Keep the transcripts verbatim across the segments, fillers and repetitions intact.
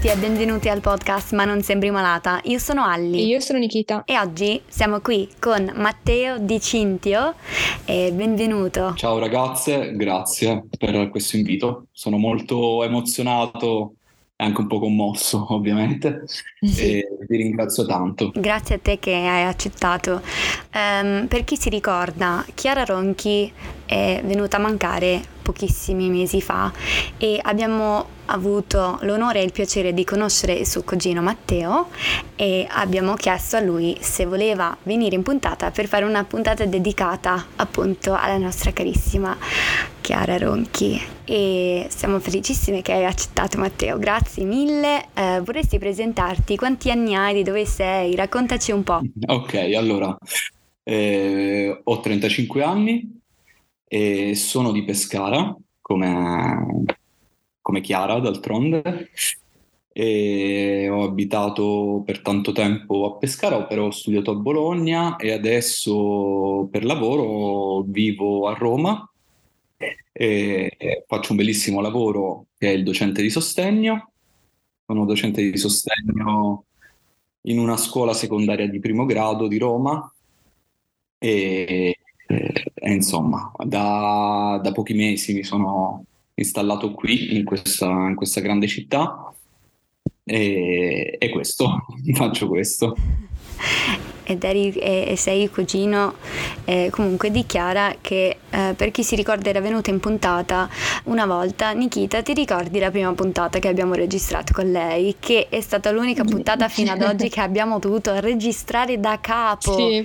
tutti e benvenuti al podcast Ma non sembri malata. Io sono Alli. E io sono Nikita. E oggi siamo qui con Matteo Di Cintio e benvenuto. Ciao ragazze, grazie per questo invito. Sono molto emozionato e anche un po' commosso, ovviamente, e vi ringrazio tanto. Grazie a te che hai accettato. Um, per chi si ricorda, Chiara Ronchi è venuta a mancare pochissimi mesi fa e abbiamo avuto l'onore e il piacere di conoscere il suo cugino Matteo e abbiamo chiesto a lui se voleva venire in puntata per fare una puntata dedicata appunto alla nostra carissima Chiara Ronchi, e siamo felicissime che hai accettato, Matteo, grazie mille. Eh, vorresti presentarti? Quanti anni hai? Di dove sei? Raccontaci un po'. Ok, allora eh, ho trentacinque anni e sono di Pescara, come, come Chiara d'altronde, e ho abitato per tanto tempo a Pescara, però ho studiato a Bologna e adesso per lavoro vivo a Roma e faccio un bellissimo lavoro che è il docente di sostegno. Sono docente di sostegno in una scuola secondaria di primo grado di Roma e, e, e insomma da, da pochi mesi mi sono installato qui in questa, in questa grande città e, e questo, faccio questo. Ed eri, e, e sei il cugino eh, comunque di Chiara che eh, per chi si ricorda era venuta in puntata una volta. Nikita, ti ricordi la prima puntata che abbiamo registrato con lei, che è stata l'unica puntata fino ad oggi che abbiamo dovuto registrare da capo? Sì.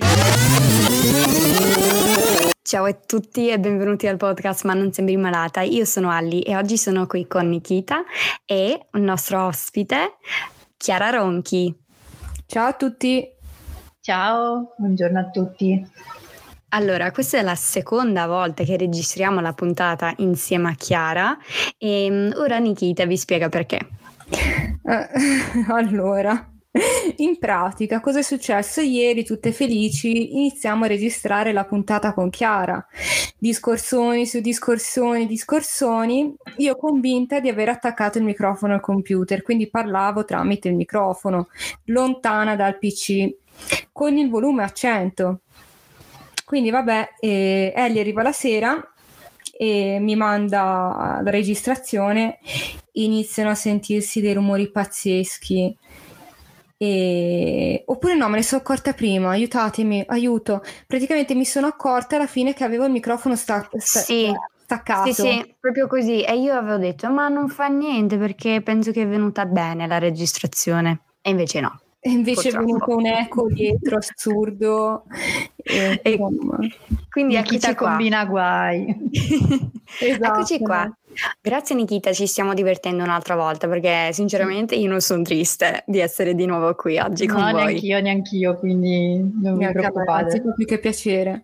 Ciao a tutti e benvenuti al podcast Ma non sembri malata. Io sono Alli e oggi sono qui con Nikita e un nostro ospite, Chiara Ronchi. Ciao a tutti. Ciao, buongiorno a tutti. Allora, questa è la seconda volta che registriamo la puntata insieme a Chiara e ora Nikita vi spiega perché. Uh, allora, in pratica, cosa è successo? Ieri, tutte felici, iniziamo a registrare la puntata con Chiara. Discorsoni su discorsoni, discorsoni. Io convinta di aver attaccato il microfono al computer, quindi parlavo tramite il microfono, lontana dal P C, con il volume a cento. Quindi vabbè, eh, Ellie arriva la sera e mi manda la registrazione, iniziano a sentirsi dei rumori pazzeschi. E... oppure no, me ne sono accorta prima, aiutatemi, aiuto. Praticamente mi sono accorta alla fine che avevo il microfono sta- sta- Sì. staccato. Sì, sì, proprio così. E io avevo detto, ma non fa niente perché penso che è venuta bene la registrazione. E invece no. E invece Purtroppo. è venuto un eco dietro assurdo. E, E quindi Chi eccoci ci qua. combina guai. Esatto. Eccoci qua. Grazie Nikita, ci stiamo divertendo un'altra volta perché sinceramente io non sono triste di essere di nuovo qui oggi con No, voi. neanch'io, neanch'io, quindi non vi Neanche a me, preoccupate. anzi, più che piacere.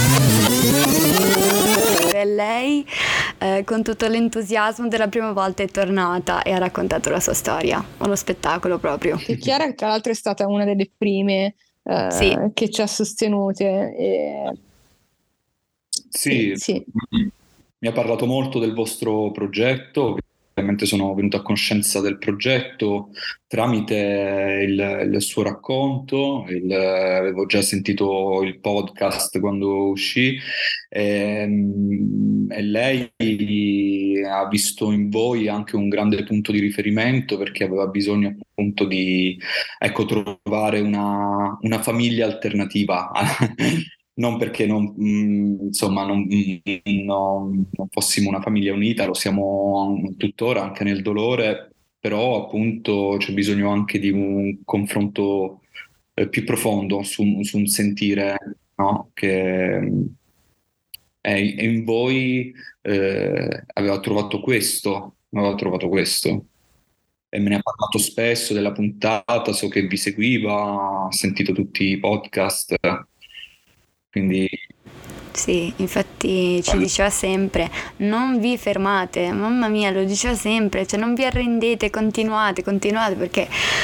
E lei eh, con tutto l'entusiasmo della prima volta è tornata e ha raccontato la sua storia, uno spettacolo proprio. Che Chiara tra l'altro è stata una delle prime eh, Sì. che ci ha sostenute e... Sì, sì. mi ha parlato molto del vostro progetto. Ovviamente sono venuto a conoscenza del progetto tramite il, il suo racconto, il, avevo già sentito il podcast quando uscì e, e lei ha visto in voi anche un grande punto di riferimento perché aveva bisogno appunto di ecco, trovare una, una famiglia alternativa. Non perché non, mh, insomma, non, mh, non, non fossimo una famiglia unita, lo siamo tuttora anche nel dolore, però appunto c'è bisogno anche di un confronto eh, più profondo su, su un sentire, no? Che mh, è, è in voi eh, aveva trovato questo, aveva trovato questo. E me ne ha parlato spesso della puntata, so che vi seguiva, ha sentito tutti i podcast. Quindi Sì, infatti ci diceva sempre, non vi fermate, mamma mia, lo diceva sempre, cioè non vi arrendete, continuate, continuate, perché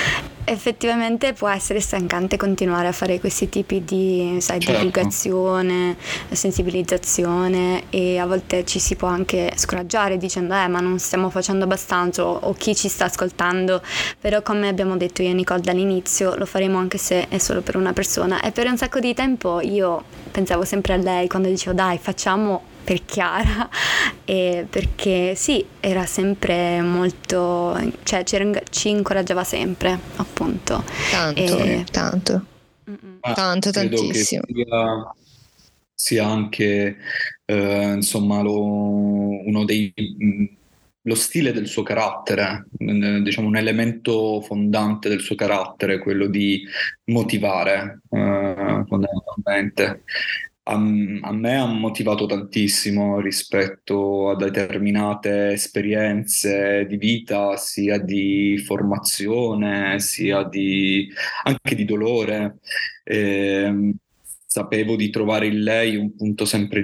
effettivamente può essere stancante continuare a fare questi tipi di, sai, Certo. divulgazione, sensibilizzazione, e a volte ci si può anche scoraggiare dicendo eh ma non stiamo facendo abbastanza, o, o chi ci sta ascoltando. Però, come abbiamo detto io e Nicole dall'inizio, lo faremo anche se è solo per una persona. E per un sacco di tempo io pensavo sempre a lei quando dicevo dai, facciamo per Chiara, e perché sì, era sempre molto, cioè ci, ring- ci incoraggiava sempre, appunto. Tanto, E- tanto, Mm-mm. Ma tanto, credo tantissimo. che sia, sia anche eh, insomma lo- uno dei mh, lo stile del suo carattere, eh, diciamo un elemento fondante del suo carattere, quello di motivare eh, fondamentalmente. A, a me ha motivato tantissimo rispetto a determinate esperienze di vita, sia di formazione, sia di, anche di dolore. Ehm, sapevo di trovare in lei un punto sempre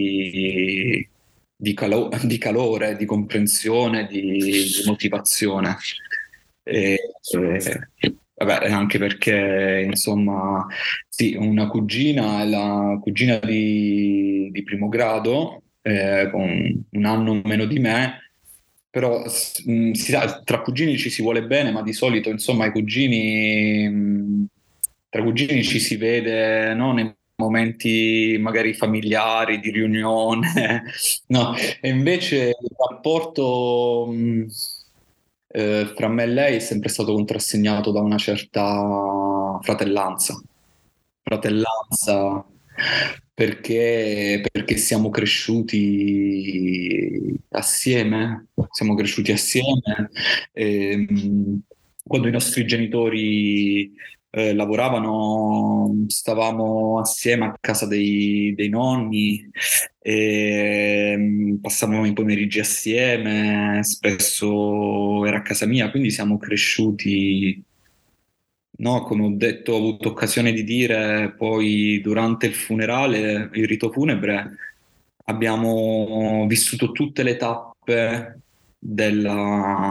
di, di calo- di calore, di comprensione, di, di motivazione. E, e, vabbè, anche perché, insomma, sì, una cugina, la cugina di, di primo grado, eh, con un anno meno di me, però s- mh, si sa, tra cugini ci si vuole bene, ma di solito, insomma, i cugini, mh, tra cugini ci si vede, no, nei momenti magari familiari, di riunione, no, e invece il rapporto mh, eh, fra me e lei è sempre stato contrassegnato da una certa fratellanza. Fratellanza perché, perché siamo cresciuti assieme, siamo cresciuti assieme. ehm, Quando i nostri genitori eh, lavoravano, stavamo assieme a casa dei, dei nonni, e passavamo i pomeriggi assieme, spesso era a casa mia, quindi siamo cresciuti, no, come ho detto, ho avuto occasione di dire poi durante il funerale, il rito funebre, abbiamo vissuto tutte le tappe della,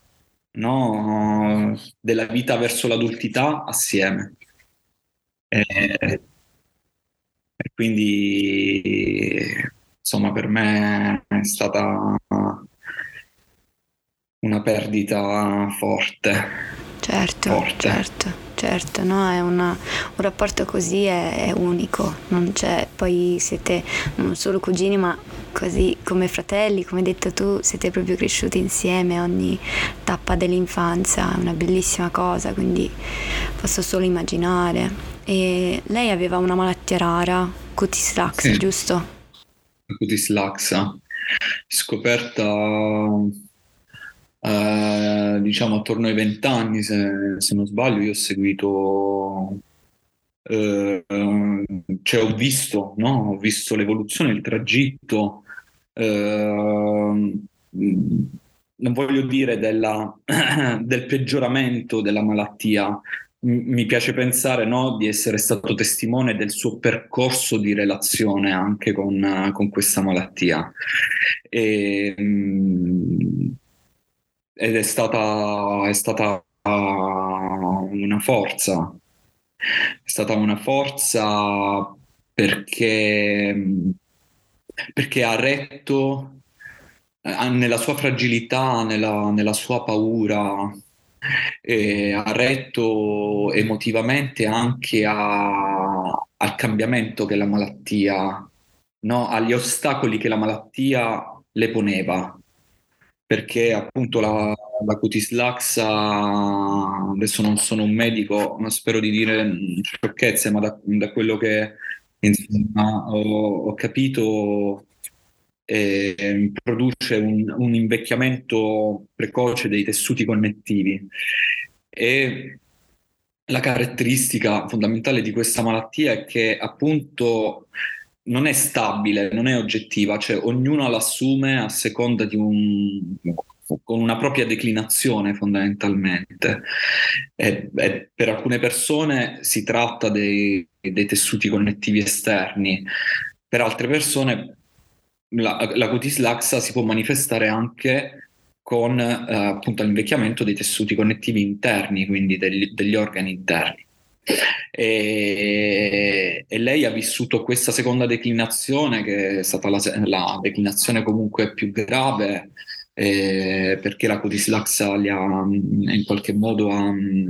no, della vita verso l'adultità assieme. E, e quindi, insomma, per me è stata una perdita forte. Certo, Forte. certo, certo, no? È una, un rapporto così è, è unico, non c'è, poi siete non solo cugini, ma così come fratelli, come hai detto tu, siete proprio cresciuti insieme ogni tappa dell'infanzia, è una bellissima cosa, quindi posso solo immaginare. E lei aveva una malattia rara, cutis lax, Sì. giusto? Cutis laxa, scoperta eh, diciamo attorno ai vent'anni, se, se non sbaglio. Io ho seguito, eh, cioè ho visto, no? Ho visto l'evoluzione, il tragitto, eh, non voglio dire della, del peggioramento della malattia. M- Mi piace pensare, no, di essere stato testimone del suo percorso di relazione anche con, eh, con questa malattia. E, mm, ed è stata, è stata una forza, è stata una forza perché, perché ha retto eh, nella sua fragilità, nella, nella sua paura, e ha retto emotivamente anche a- al cambiamento che la malattia, no? Agli ostacoli che la malattia le poneva. Perché appunto la, la cutis laxa, adesso non sono un medico, ma spero di dire mm, sciocchezze, ma da, da quello che insomma, ho, ho capito, eh, produce un, un invecchiamento precoce dei tessuti connettivi. E la caratteristica fondamentale di questa malattia è che appunto non è stabile, non è oggettiva, cioè ognuno l'assume a seconda di un, con una propria declinazione fondamentalmente. E, e per alcune persone si tratta dei, dei tessuti connettivi esterni, per altre persone la, la cutis laxa si può manifestare anche con eh, appunto l'invecchiamento dei tessuti connettivi interni, quindi degli, degli organi interni. E, e lei ha vissuto questa seconda declinazione, che è stata la, la declinazione comunque più grave, eh, perché la codislaxia li ha in qualche modo ha,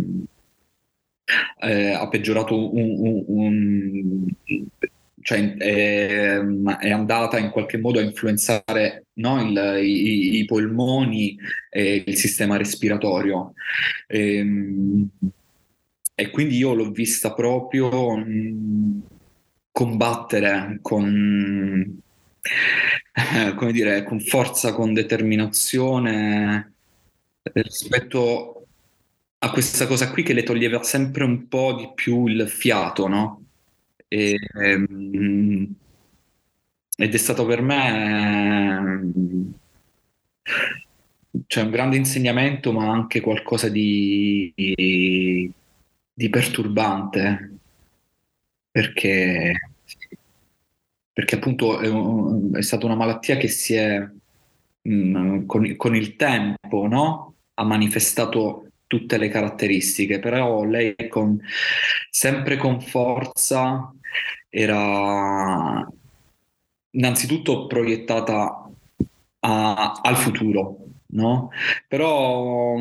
eh, ha peggiorato un, un, un cioè è, è andata in qualche modo a influenzare, no, il, i, i polmoni e il sistema respiratorio. E, e quindi io l'ho vista proprio mh, combattere con, eh, come dire, con forza, con determinazione rispetto a questa cosa qui che le toglieva sempre un po' di più il fiato, no? E, ehm, ed è stato per me ehm, cioè un grande insegnamento, ma anche qualcosa di, di, di perturbante, perché, perché appunto è, un- è stata una malattia che si è mh, con, con il tempo, no? Ha manifestato tutte le caratteristiche, però lei con, sempre con forza era innanzitutto proiettata a- al futuro, no? Però,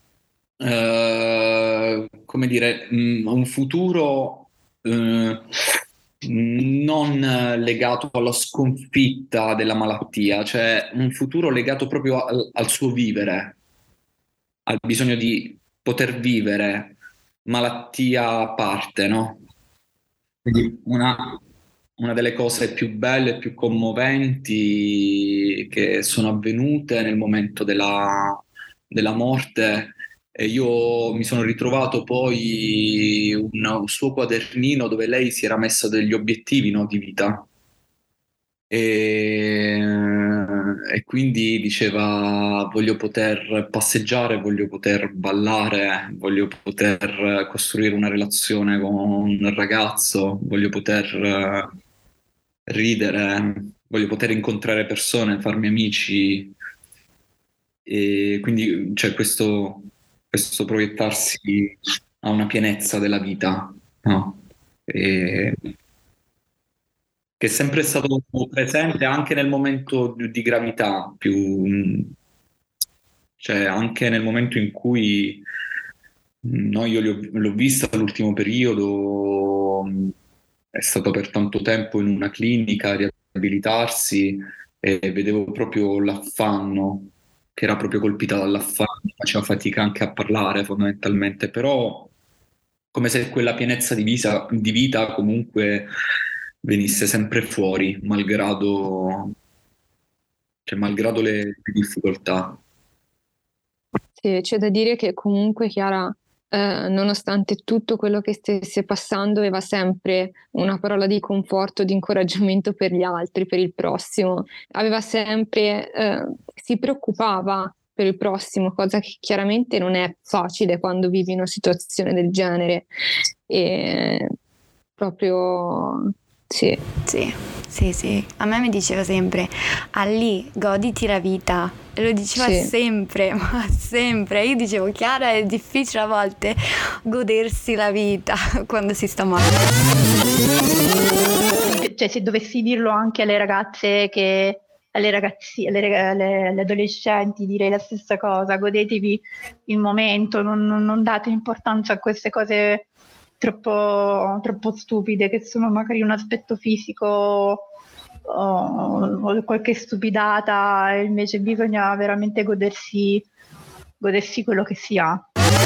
eh, come dire, mh, un futuro eh, non legato alla sconfitta della malattia, cioè un futuro legato proprio al, al suo vivere, al bisogno di poter vivere malattia a parte, no? Quindi una, una delle cose più belle e più commoventi che sono avvenute nel momento della, della morte, e io mi sono ritrovato poi un, un suo quadernino dove lei si era messa degli obiettivi, no, di vita. E, e quindi diceva: voglio poter passeggiare, voglio poter ballare, voglio poter costruire una relazione con un ragazzo, voglio poter eh, ridere, voglio poter incontrare persone, farmi amici. E quindi c'è questo, questo proiettarsi a una pienezza della vita, no? E, che è sempre stato presente anche nel momento di di gravità, più, cioè anche nel momento in cui no, io li ho- l'ho vista l'ultimo periodo, mh, è stato per tanto tempo in una clinica a riabilitarsi e vedevo proprio l'affanno, che era proprio colpita dall'affanno, faceva fatica anche a parlare fondamentalmente, però come se quella pienezza di vita, di vita comunque venisse sempre fuori, malgrado, cioè, malgrado le, le difficoltà. Sì, c'è da dire che comunque Chiara, eh, nonostante tutto quello che stesse passando, aveva sempre una parola di conforto, di incoraggiamento per gli altri, per il prossimo. Aveva sempre, eh, si preoccupava per il prossimo, cosa che chiaramente non è facile quando vivi in una situazione del genere. E proprio sì. Sì, sì, sì. A me mi diceva sempre: Ali, goditi la vita. E lo diceva Sì. sempre, ma sempre. Io dicevo: Chiara, è difficile a volte godersi la vita quando si sta male. Cioè, se dovessi dirlo anche alle ragazze che alle ragazzi, alle, rag- alle- alle adolescenti, direi la stessa cosa: godetevi il momento, non, non- non date importanza a queste cose troppo, troppo stupide, che sono magari un aspetto fisico o, o qualche stupidata, e invece bisogna veramente godersi, godersi quello che si ha.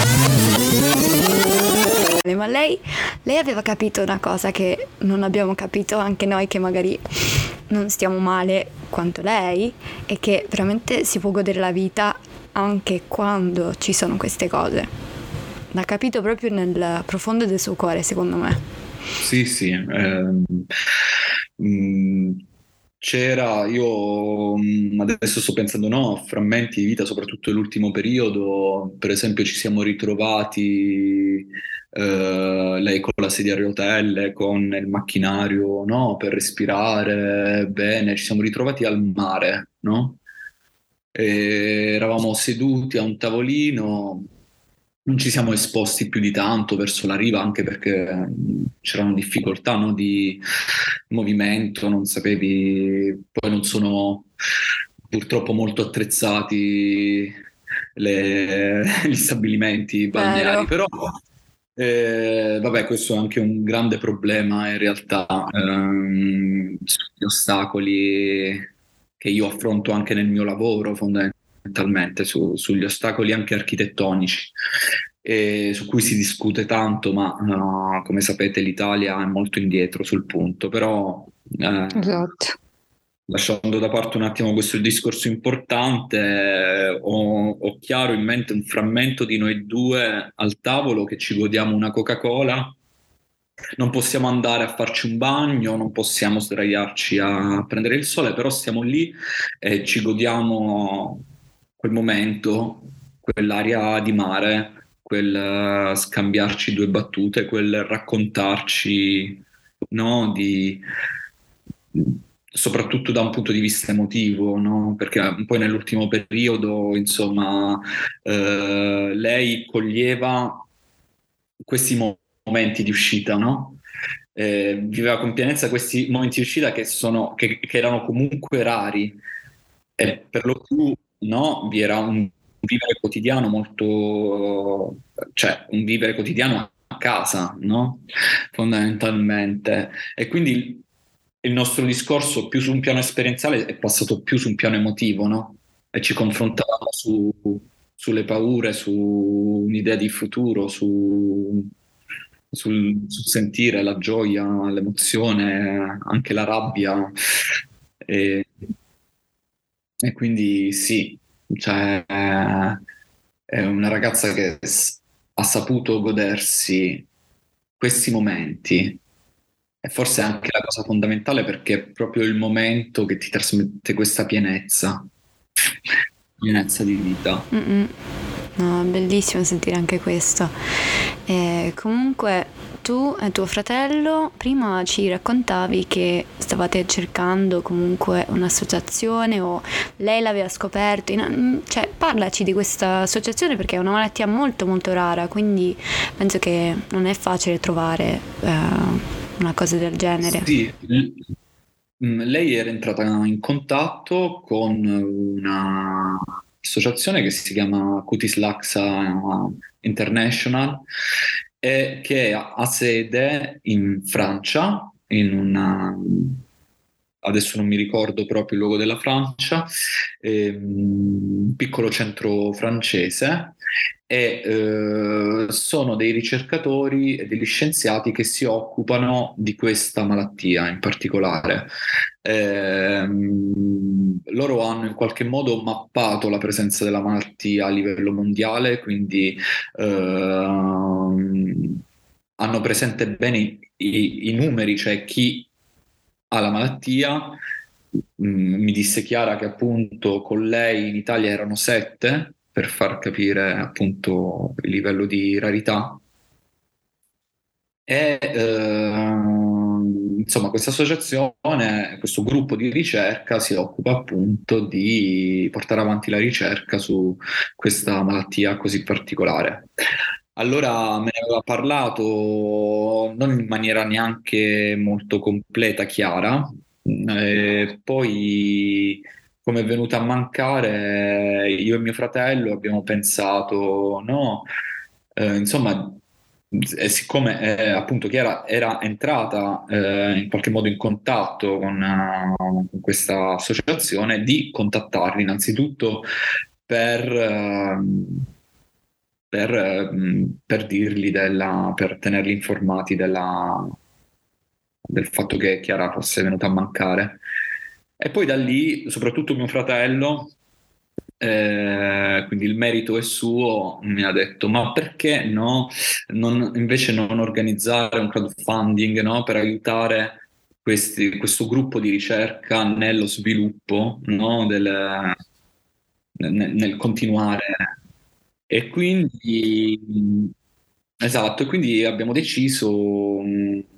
Ma lei, lei aveva capito una cosa che non abbiamo capito anche noi, che magari non stiamo male quanto lei, e che veramente si può godere la vita anche quando ci sono queste cose. L'ha capito proprio nel profondo del suo cuore, secondo me. Sì, sì. ehm, mh, c'era, io mh, adesso sto pensando, no, a frammenti di vita, soprattutto nell'ultimo periodo. Per esempio ci siamo ritrovati, eh, lei con la sedia a rotelle, con il macchinario, no, per respirare bene, ci siamo ritrovati al mare, no? E eravamo seduti a un tavolino, non ci siamo esposti più di tanto verso la riva, anche perché mh, c'erano difficoltà, no, di movimento, non sapevi, poi non sono purtroppo molto attrezzati le- gli stabilimenti balneari, Vero. però eh, vabbè, questo è anche un grande problema in realtà, ehm, gli ostacoli che io affronto anche nel mio lavoro, fondamentalmente, su- sugli ostacoli anche architettonici, e su cui si discute tanto, ma no, come sapete l'Italia è molto indietro sul punto, però eh, Esatto. lasciando da parte un attimo questo discorso importante, eh, ho, ho chiaro in mente un frammento di noi due al tavolo che ci godiamo una Coca-Cola. Non possiamo andare a farci un bagno, non possiamo sdraiarci a prendere il sole, però stiamo lì e ci godiamo quel momento, quell'aria di mare, quel eh, scambiarci due battute, quel raccontarci, no, di, soprattutto da un punto di vista emotivo, no? Perché poi nell'ultimo periodo, insomma, eh, lei coglieva questi mo- momenti di uscita, no? Eh, viveva con pienezza questi momenti di uscita che, sono, che, che erano comunque rari e per lo più, no, vi era un vivere quotidiano molto, cioè un vivere quotidiano a casa, no? Fondamentalmente. E quindi il, il nostro discorso più su un piano esperienziale è passato più su un piano emotivo, no? E ci confrontavamo su, sulle paure, su un'idea di futuro, su, sul, sul sentire la gioia, l'emozione, anche la rabbia. E, e quindi sì, cioè, è una ragazza che s- ha saputo godersi questi momenti. E forse è anche la cosa fondamentale perché è proprio il momento che ti trasmette questa pienezza, pienezza di vita. Mm-mm. No, è bellissimo sentire anche questo. E comunque tu e tuo fratello prima ci raccontavi che stavate cercando comunque un'associazione o lei l'aveva scoperto, in- cioè parlaci di questa associazione perché è una malattia molto molto rara, quindi penso che non è facile trovare eh, una cosa del genere. Sì, l- mm, lei era entrata in contatto con una associazione che si chiama Cutis Laxa International e che ha ha sede in Francia, in una, adesso non mi ricordo proprio il luogo della Francia, ehm, un piccolo centro francese e eh, sono dei ricercatori e degli scienziati che si occupano di questa malattia in particolare. Ehm, loro hanno in qualche modo mappato la presenza della malattia a livello mondiale, quindi ehm, hanno presente bene i, i- i numeri, cioè chi ha la malattia. Mm, mi disse Chiara che appunto con lei in Italia erano sette, per far capire appunto il livello di rarità. E ehm, insomma, questa associazione, questo gruppo di ricerca si occupa appunto di portare avanti la ricerca su questa malattia così particolare. Allora me ne aveva parlato non in maniera neanche molto completa, chiara, e poi come è venuta a mancare, io e mio fratello abbiamo pensato, no, eh, insomma, e siccome eh, appunto Chiara era entrata eh, in qualche modo in contatto con, eh, con questa associazione, di contattarli innanzitutto per, ehm, per, ehm, per dirgli della, per tenerli informati della, del fatto che Chiara fosse venuta a mancare. E poi da lì, soprattutto mio fratello, eh, quindi il merito è suo, mi ha detto: ma perché no, non- invece non organizzare un crowdfunding, no, per aiutare questi- questo gruppo di ricerca nello sviluppo, no, del- nel, nel continuare. E quindi, esatto, e quindi abbiamo deciso, mh,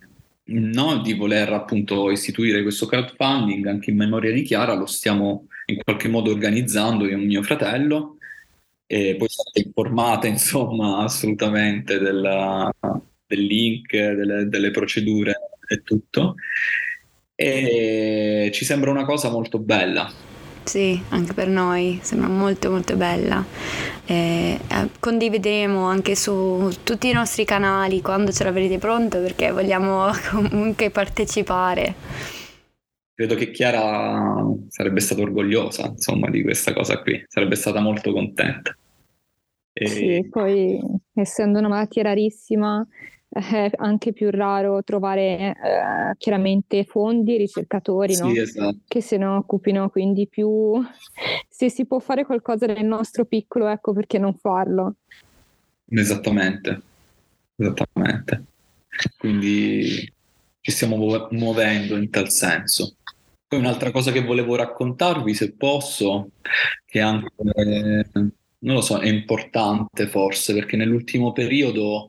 no, di voler appunto istituire questo crowdfunding anche in memoria di Chiara. Lo stiamo in qualche modo organizzando io e mio fratello, e poi sarete informate insomma assolutamente della- del link, delle, delle procedure e tutto. E ci sembra una cosa molto bella. Sì, anche per noi sembra molto molto bella. Eh, eh, condivideremo anche su tutti i nostri canali quando ce l'avrete pronto, perché vogliamo comunque partecipare. Credo che Chiara sarebbe stata orgogliosa, insomma, di questa cosa qui, sarebbe stata molto contenta. E- Sì, poi essendo una malattia rarissima è anche più raro trovare eh, chiaramente fondi, ricercatori, no? Sì, esatto, Che se ne occupino, quindi più se si può fare qualcosa nel nostro piccolo, ecco perché non farlo. esattamente, esattamente. Quindi ci stiamo muove- muovendo in tal senso. Poi un'altra cosa che volevo raccontarvi, se posso, che anche, eh, non lo so, è importante forse, perché nell'ultimo periodo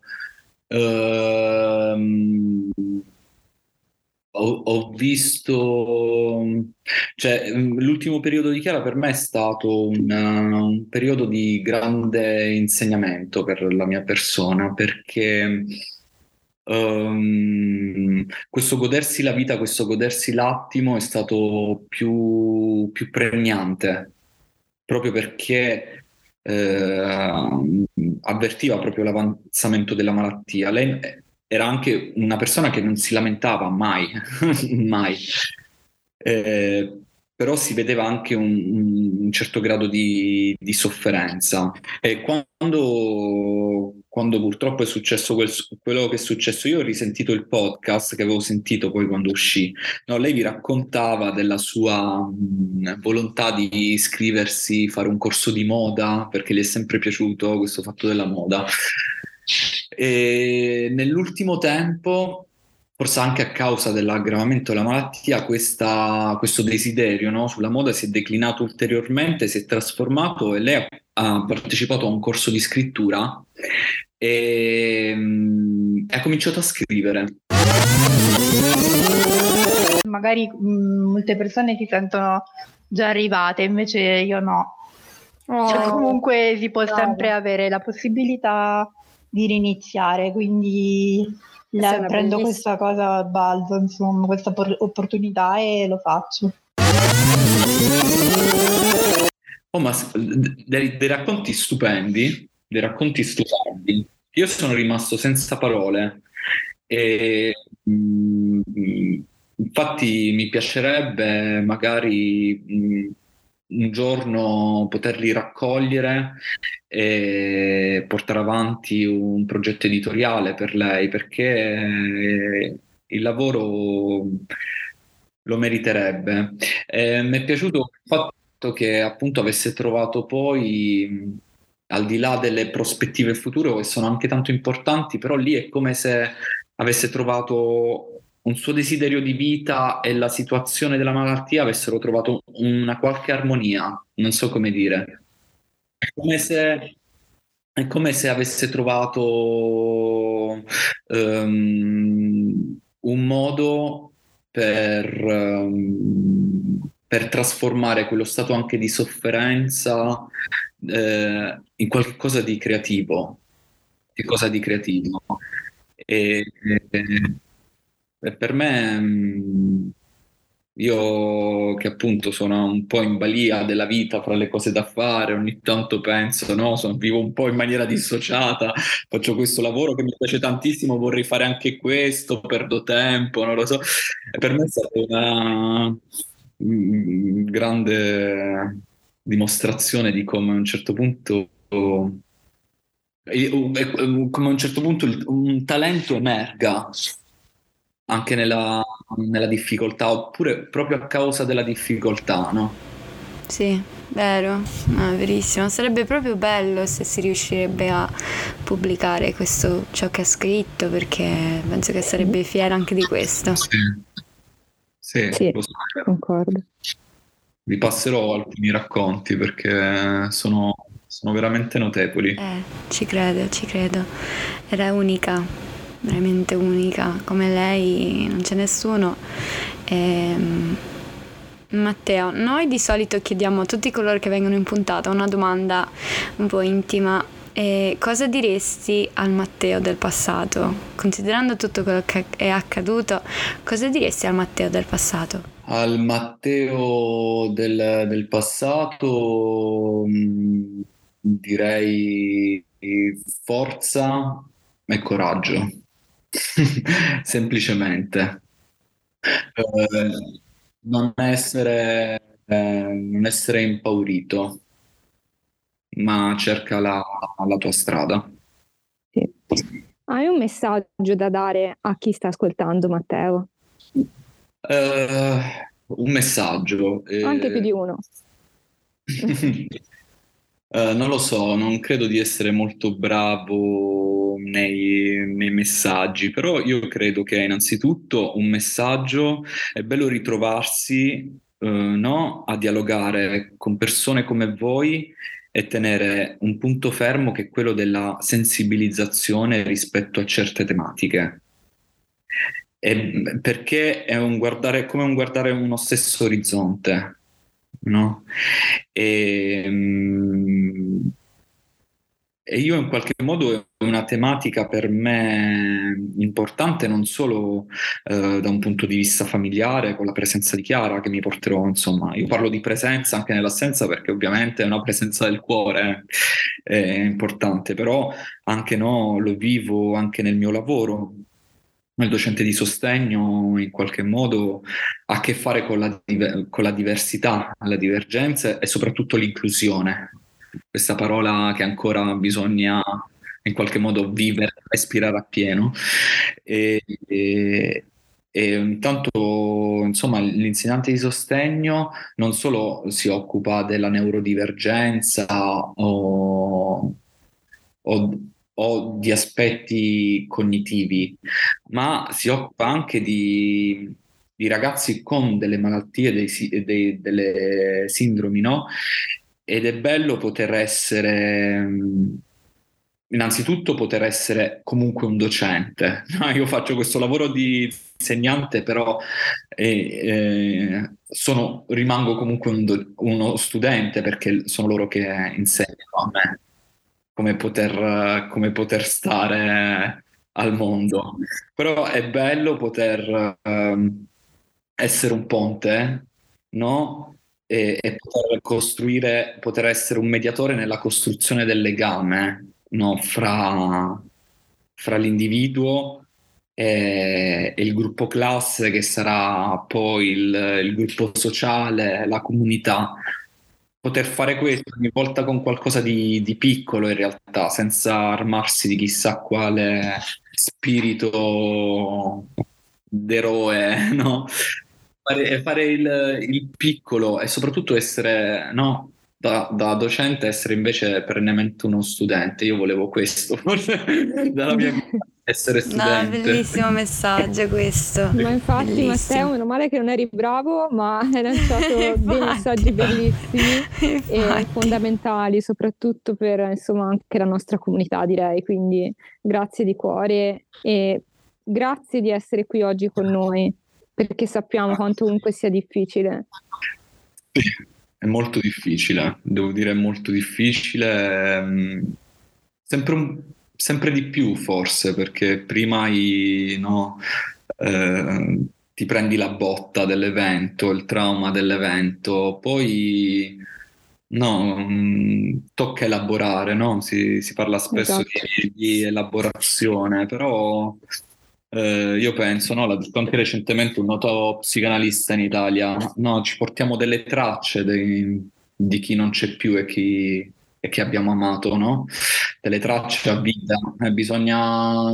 ehm, ho, ho visto, cioè mm, l'ultimo periodo di Chiara per me è stato un, un periodo di grande insegnamento per la mia persona, perché ehm, questo godersi la vita, questo godersi l'attimo è stato più, più pregnante, proprio perché eh, avvertiva proprio l'avanzamento della malattia. Lei era anche una persona che non si lamentava mai, mai. Eh, però si vedeva anche un, un certo grado di, di sofferenza. E quando, quando purtroppo è successo quel- quello che è successo, io ho risentito il podcast che avevo sentito poi quando uscì. No, lei vi raccontava della sua mh, volontà di iscriversi, fare un corso di moda, perché le è sempre piaciuto questo fatto della moda. E nell'ultimo tempo, forse anche a causa dell'aggravamento della malattia, questa- questo desiderio, no, sulla moda si è declinato ulteriormente, si è trasformato, e lei ha, ha partecipato a un corso di scrittura e mh, ha cominciato a scrivere. Magari mh, molte persone si sentono già arrivate, invece io no. Cioè, Oh, comunque si può brava. sempre avere la possibilità di riniziare, quindi Questa è la- una prendo bellissima- questa cosa a balzo, insomma, questa por- opportunità e lo faccio. Oh, ma s- dei, dei racconti stupendi, dei racconti stupendi. Io sono rimasto senza parole. E, mm, infatti mi piacerebbe magari mm, un giorno poterli raccogliere e portare avanti un progetto editoriale per lei, perché il lavoro lo meriterebbe. Eh, mi è piaciuto il fatto che appunto avesse trovato poi, mh, al di là delle prospettive future, che sono anche tanto importanti, però lì è come se avesse trovato un suo desiderio di vita e la situazione della malattia avessero trovato una qualche armonia, non so come dire. È come se, è come se avesse trovato ehm, un modo per, ehm, per trasformare quello stato anche di sofferenza eh, in qualcosa di creativo, qualcosa di creativo. E, e- e per me, mh, io che appunto sono un po' in balia della vita fra le cose da fare, ogni tanto penso, no, sono- vivo un po' in maniera dissociata, faccio questo lavoro che mi piace tantissimo, vorrei fare anche questo, perdo tempo, non lo so. E per me è stata una mm, grande dimostrazione di come a un certo punto e- e- come a un certo punto il- un talento emerga anche nella, nella difficoltà, oppure proprio a causa della difficoltà, no? Sì, vero, no, è verissimo. Sarebbe proprio bello se si riuscirebbe a pubblicare questo, ciò che ha scritto, perché penso che sarebbe fiera anche di questo. Sì, sì, Sì, lo so. concordo. Vi passerò alcuni racconti perché sono, sono veramente notevoli. Eh, ci credo, ci credo. Era unica. veramente unica, come lei non c'è nessuno. E, Matteo, noi di solito chiediamo a tutti coloro che vengono in puntata una domanda un po' intima. E cosa diresti al Matteo del passato? Considerando tutto quello che è accaduto, cosa diresti al Matteo del passato? Al Matteo del, del passato mh, direi forza e coraggio, semplicemente. Eh, non essere, eh, non essere impaurito, ma cerca la, la tua strada. Sì. Hai un messaggio da dare a chi sta ascoltando, Matteo? Eh, un messaggio. eh, Anche più di uno. eh, non lo so, non credo di essere molto bravo nei, nei messaggi, però io credo che innanzitutto un messaggio è bello ritrovarsi, eh, no? A dialogare con persone come voi e tenere un punto fermo che è quello della sensibilizzazione rispetto a certe tematiche. E- perché è un guardare, come un guardare uno stesso orizzonte, no? E, mm, e io in qualche modo è una tematica per me importante non solo eh, da un punto di vista familiare, con la presenza di Chiara che mi porterò, insomma, io parlo di presenza anche nell'assenza perché ovviamente è una presenza del cuore, eh, è importante, però anche no, lo vivo anche nel mio lavoro. Il docente di sostegno in qualche modo ha a che fare con la, diver- con la diversità, la divergenza e soprattutto l'inclusione. Questa parola che ancora bisogna in qualche modo vivere, respirare appieno. E, e, e intanto, insomma, l'insegnante di sostegno non solo si occupa della neurodivergenza o, o o di aspetti cognitivi, ma si occupa anche di, di ragazzi con delle malattie, dei si- dei- delle sindromi, no? Ed è bello poter essere, mh, innanzitutto poter essere comunque un docente. No, io faccio questo lavoro di insegnante, però eh, eh, sono, rimango comunque un do- uno studente perché sono loro che insegnano a me come poter, come poter stare al mondo. Però è bello poter ehm, essere un ponte, no? E, e poter costruire, poter essere un mediatore nella costruzione del legame, no? Fra, fra l'individuo e, e il gruppo classe che sarà poi il, il gruppo sociale, la comunità. Poter fare questo ogni volta con qualcosa di, di piccolo in realtà, senza armarsi di chissà quale spirito d'eroe, no? Fare, fare il, il piccolo e soprattutto essere, no? Da, da docente essere invece perennemente uno studente. Io volevo questo, dalla mia vita, essere No, studente. bellissimo messaggio questo. Ma infatti, Bellissimo. Matteo, meno male che non eri bravo, ma hai lanciato dei Infatti. messaggi bellissimi e Infatti. fondamentali, soprattutto per insomma anche la nostra comunità, direi. Quindi grazie di cuore e grazie di essere qui oggi con noi, perché sappiamo quanto comunque sia difficile. Sì, è molto difficile, devo dire è molto difficile, ehm, sempre, un- sempre di più forse, perché prima hai, no, eh, ti prendi la botta dell'evento, il trauma dell'evento, poi no, mm, tocca elaborare, no? Si, si parla spesso Esatto. di, di elaborazione, però eh, io penso, no, l'ha detto anche recentemente un noto psicanalista in Italia, no, ci portiamo delle tracce dei- di chi non c'è più e chi, e chi abbiamo amato, no? Delle tracce a vita, e bisogna,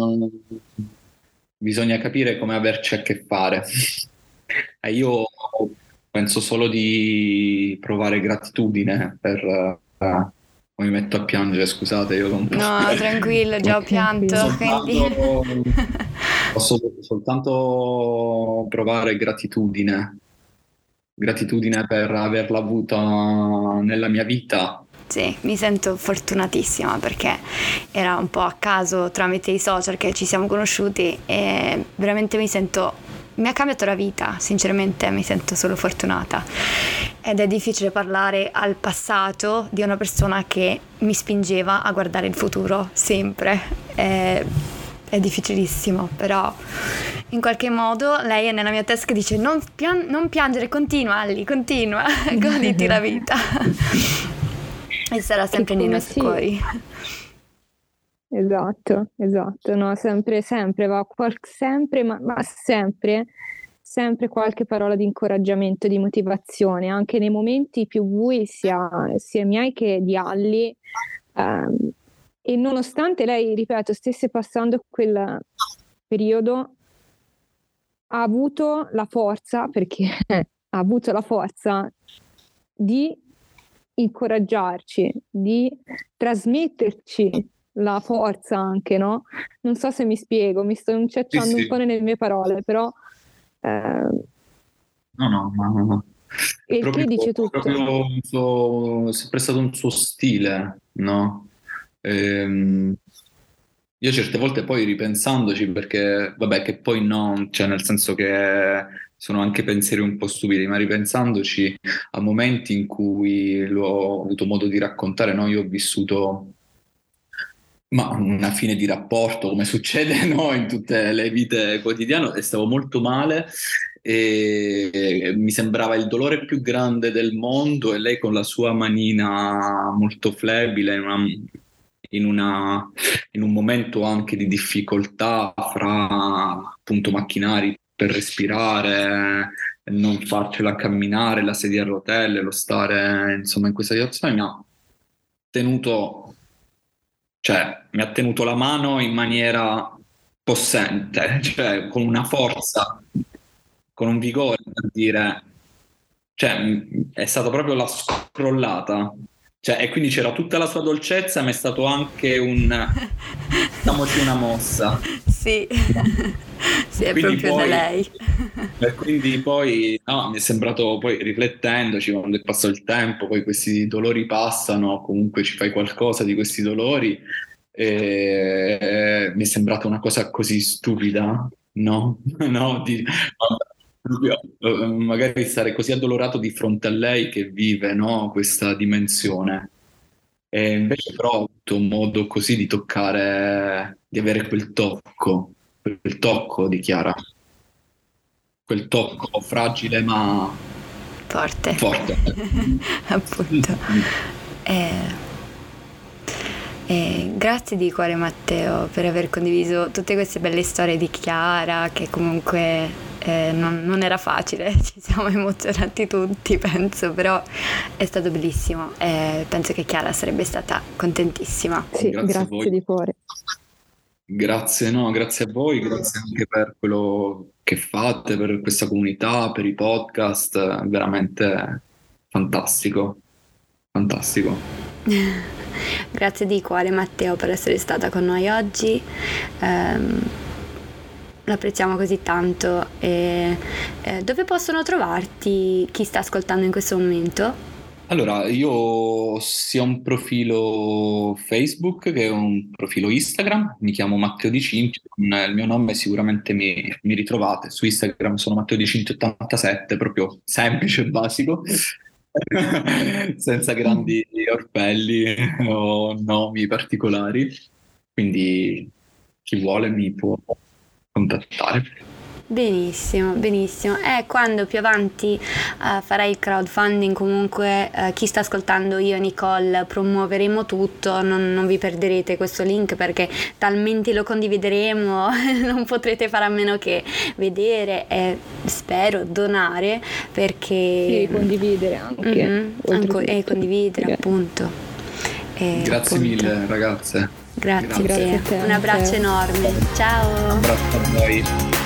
bisogna capire come averci a che fare. E io penso solo di provare gratitudine per... eh, mi metto a piangere, scusate, io non posso... No, tranquillo, già ho pianto, quindi... Soltanto, posso soltanto provare gratitudine, gratitudine per averla avuta nella mia vita Sì, mi sento fortunatissima perché era un po' a caso tramite i social che ci siamo conosciuti e veramente mi sento, mi ha cambiato la vita, sinceramente mi sento solo fortunata. Ed è difficile parlare al passato di una persona che mi spingeva a guardare il futuro sempre. È, è difficilissimo, però in qualche modo lei è nella mia testa che dice non, pian- non piangere, continua Ali, continua, goditi la vita. E sarà sempre nei nostri sì. cuori. Esatto, esatto, no, sempre, sempre, va qual- sempre, ma, ma sempre, sempre qualche parola di incoraggiamento, di motivazione, anche nei momenti più bui, sia, sia miei che di Alli. Ehm, e nonostante lei, ripeto, stesse passando quel periodo, ha avuto la forza, perché ha avuto la forza di incoraggiarci, di trasmetterci la forza anche, no? Non so se mi spiego, mi sto inciacciando Sì, sì. un po' nelle mie parole, però eh, No, no, no, no. È il proprio, che dice tutto. proprio un suo, è sempre stato un suo stile, no? Ehm, io certe volte poi ripensandoci, perché vabbè che poi no, cioè nel senso che sono anche pensieri un po' stupidi, ma ripensandoci a momenti in cui l'ho avuto modo di raccontare, no? Io ho vissuto ma una fine di rapporto, come succede no, in tutte le vite quotidiane, e stavo molto male e mi sembrava il dolore più grande del mondo e lei con la sua manina molto flebile in una, in una, in un momento anche di difficoltà fra appunto macchinari per respirare, non farcela camminare, la sedia a rotelle, lo stare insomma in questa situazione mi ha tenuto, cioè mi ha tenuto la mano in maniera possente, cioè con una forza, con un vigore per dire, cioè m- è stata proprio la scrollata, cioè, e quindi c'era tutta la sua dolcezza, ma è stato anche un diamoci una mossa. Sì, sì, è Quindi proprio da poi- lei. E quindi poi no, mi è sembrato, poi riflettendoci quando è passato il tempo, poi questi dolori passano, comunque ci fai qualcosa di questi dolori, e mi è sembrata una cosa così stupida, no? No, di, proprio, eh, magari stare così addolorato di fronte a lei che vive, no, questa dimensione. E invece però ho avuto modo così di toccare, di avere quel tocco, quel tocco di Chiara, quel tocco fragile ma Forte. forte. Appunto. Eh, eh, grazie di cuore Matteo per aver condiviso tutte queste belle storie di Chiara, che comunque eh, non, non era facile, ci siamo emozionati tutti penso, però è stato bellissimo e penso che Chiara sarebbe stata contentissima. Sì, Grazie a grazie voi. di cuore. Grazie, no, grazie a voi, grazie anche per quello che fate, per questa comunità, per i podcast, è veramente fantastico, fantastico. Grazie di cuore Matteo per essere stata con noi oggi. Ehm, lo apprezziamo così tanto. E, eh, dove possono trovarti chi sta ascoltando in questo momento? Allora, io ho sia un profilo Facebook che un profilo Instagram, mi chiamo Matteo Di Cinti, con il mio nome sicuramente mi, mi ritrovate, su Instagram sono Matteo Di Cinti ottantasette, proprio semplice e basico, senza grandi orpelli o nomi particolari, quindi chi vuole mi può contattare. Benissimo, benissimo. E quando più avanti uh, farai il crowdfunding, comunque uh, chi sta ascoltando, io e Nicole promuoveremo tutto, non, non vi perderete questo link perché talmente lo condivideremo, non potrete fare a meno che vedere e spero donare, perché Sì, condividere anche. Mm-hmm, oltretutto. anche, e condividere Sì. appunto. E, Grazie appunto. mille ragazze. Grazie, Grazie. a te. Grazie a te, Un abbraccio Matteo. enorme. Ciao. Un abbraccio a voi.